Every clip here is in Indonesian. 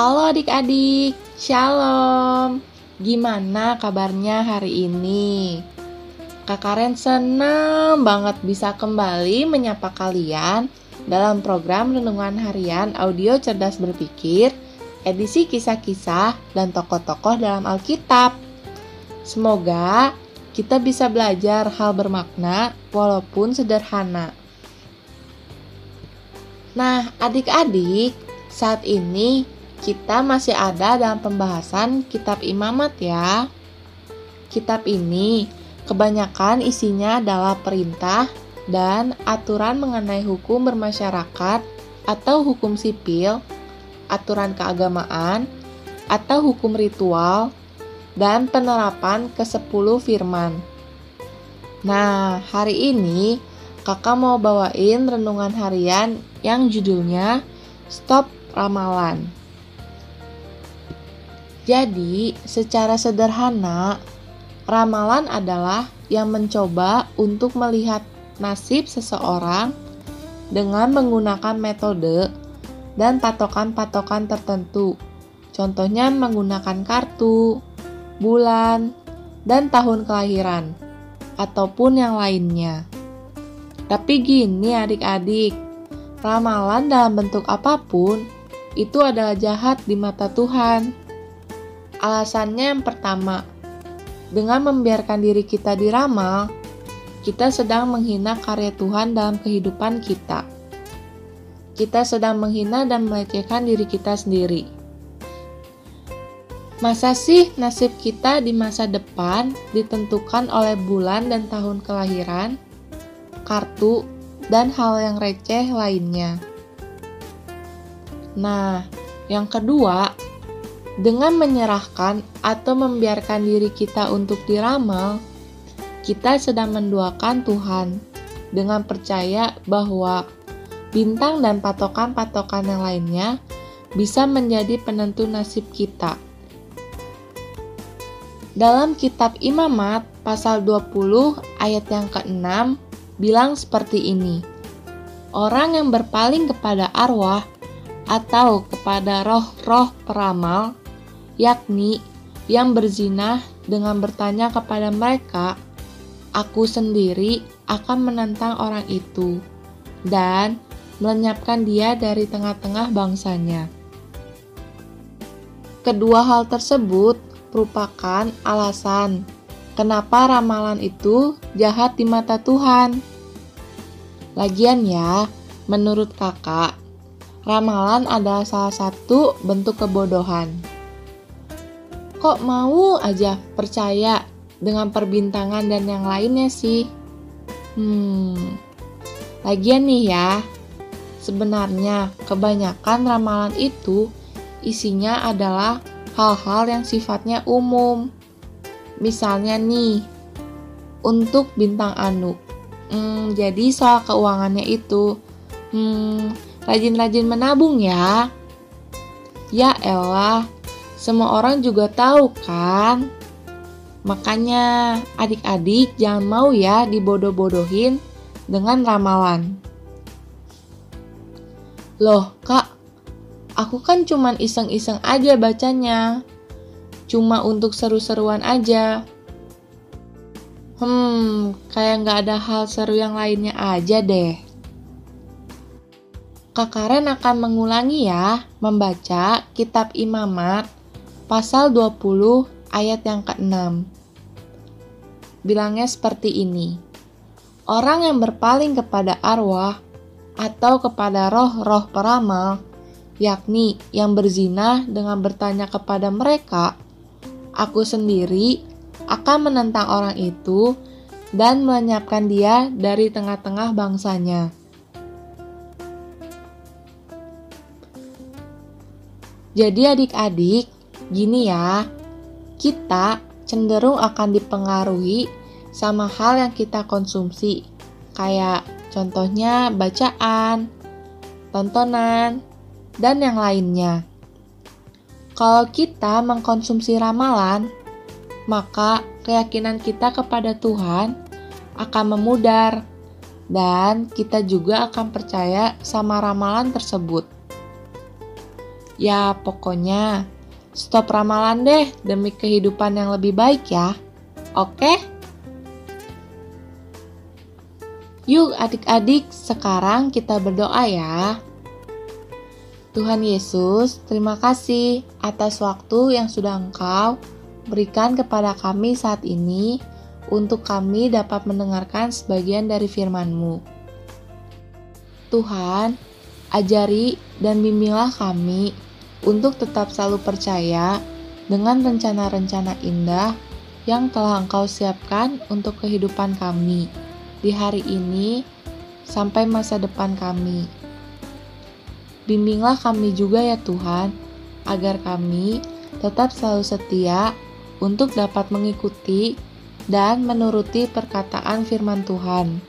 Halo adik-adik, Shalom. Gimana kabarnya hari ini? Kak Karen senang banget bisa kembali menyapa kalian dalam program Renungan Harian Audio Cerdas Berpikir, edisi kisah-kisah dan tokoh-tokoh dalam Alkitab. Semoga kita bisa belajar hal bermakna walaupun sederhana. Nah, adik-adik, saat ini kita masih ada dalam pembahasan Kitab Imamat ya. Kitab ini kebanyakan isinya adalah perintah dan aturan mengenai hukum bermasyarakat atau hukum sipil, aturan keagamaan, atau hukum ritual, dan penerapan ke-10 firman. Nah, hari ini kakak mau bawain renungan harian yang judulnya Stop Ramalan. Jadi, secara sederhana, ramalan adalah yang mencoba untuk melihat nasib seseorang dengan menggunakan metode dan patokan-patokan tertentu. Contohnya menggunakan kartu, bulan, dan tahun kelahiran, ataupun yang lainnya. Tapi gini adik-adik, ramalan dalam bentuk apapun itu adalah jahat di mata Tuhan. Alasannya yang pertama, dengan membiarkan diri kita diramal, kita sedang menghina karya Tuhan dalam kehidupan kita. Kita sedang menghina dan melecehkan diri kita sendiri. Masa sih nasib kita di masa depan ditentukan oleh bulan dan tahun kelahiran, kartu, dan hal yang receh lainnya? Nah, yang kedua, dengan menyerahkan atau membiarkan diri kita untuk diramal, kita sedang menduakan Tuhan dengan percaya bahwa bintang dan patokan-patokan yang lainnya bisa menjadi penentu nasib kita. Dalam kitab Imamat pasal 20 ayat yang ke-6 bilang seperti ini. Orang yang berpaling kepada arwah atau kepada roh-roh peramal, yakni yang berzinah dengan bertanya kepada mereka, aku sendiri akan menentang orang itu dan melenyapkan dia dari tengah-tengah bangsanya. Kedua hal tersebut merupakan alasan kenapa ramalan itu jahat di mata Tuhan. Lagian ya, menurut kakak, ramalan adalah salah satu bentuk kebodohan. Kok mau aja percaya dengan perbintangan dan yang lainnya sih? Lagian nih ya, sebenarnya kebanyakan ramalan itu isinya adalah hal-hal yang sifatnya umum. Misalnya nih, untuk bintang anu. Jadi soal keuangannya itu, rajin-rajin menabung ya. Ya elah, semua orang juga tahu kan. Makanya adik-adik jangan mau ya dibodoh-bodohin dengan ramalan. Loh kak, aku kan cuman iseng-iseng aja bacanya. Cuma untuk seru-seruan aja. Kayak gak ada hal seru yang lainnya aja deh. Kak Karen akan mengulangi ya, membaca kitab Imamat pasal 20 ayat yang ke-6. Bilangnya seperti ini. Orang yang berpaling kepada arwah atau kepada roh-roh peramal, yakni yang berzinah dengan bertanya kepada mereka, aku sendiri akan menentang orang itu dan melenyapkan dia dari tengah-tengah bangsanya. Jadi adik-adik, gini ya, kita cenderung akan dipengaruhi sama hal yang kita konsumsi, kayak contohnya bacaan, tontonan, dan yang lainnya. Kalau kita mengkonsumsi ramalan, maka keyakinan kita kepada Tuhan akan memudar dan kita juga akan percaya sama ramalan tersebut. Ya, pokoknya stop ramalan deh demi kehidupan yang lebih baik ya. Oke? Yuk adik-adik, sekarang kita berdoa ya. Tuhan Yesus, terima kasih atas waktu yang sudah Engkau berikan kepada kami saat ini untuk kami dapat mendengarkan sebagian dari firman-Mu. Tuhan, ajari dan bimbinglah kami untuk tetap selalu percaya dengan rencana-rencana indah yang telah Engkau siapkan untuk kehidupan kami di hari ini sampai masa depan kami. Bimbinglah kami juga ya Tuhan, agar kami tetap selalu setia untuk dapat mengikuti dan menuruti perkataan firman Tuhan.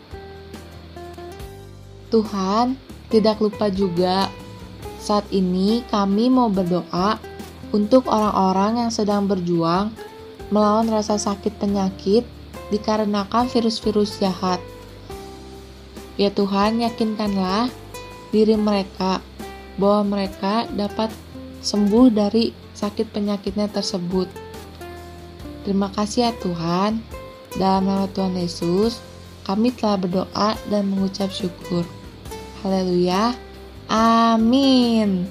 Tuhan, tidak lupa juga, saat ini kami mau berdoa untuk orang-orang yang sedang berjuang melawan rasa sakit penyakit dikarenakan virus-virus jahat. Ya Tuhan, yakinkanlah diri mereka bahwa mereka dapat sembuh dari sakit penyakitnya tersebut. Terima kasih ya Tuhan. Dalam nama Tuhan Yesus, kami telah berdoa dan mengucap syukur. Haleluya. Amin.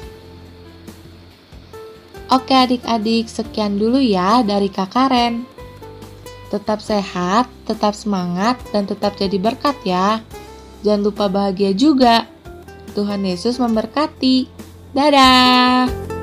Oke adik-adik, sekian dulu ya dari Kak Karen. Tetap sehat, tetap semangat, dan tetap jadi berkat ya. Jangan lupa bahagia juga. Tuhan Yesus memberkati. Dadah!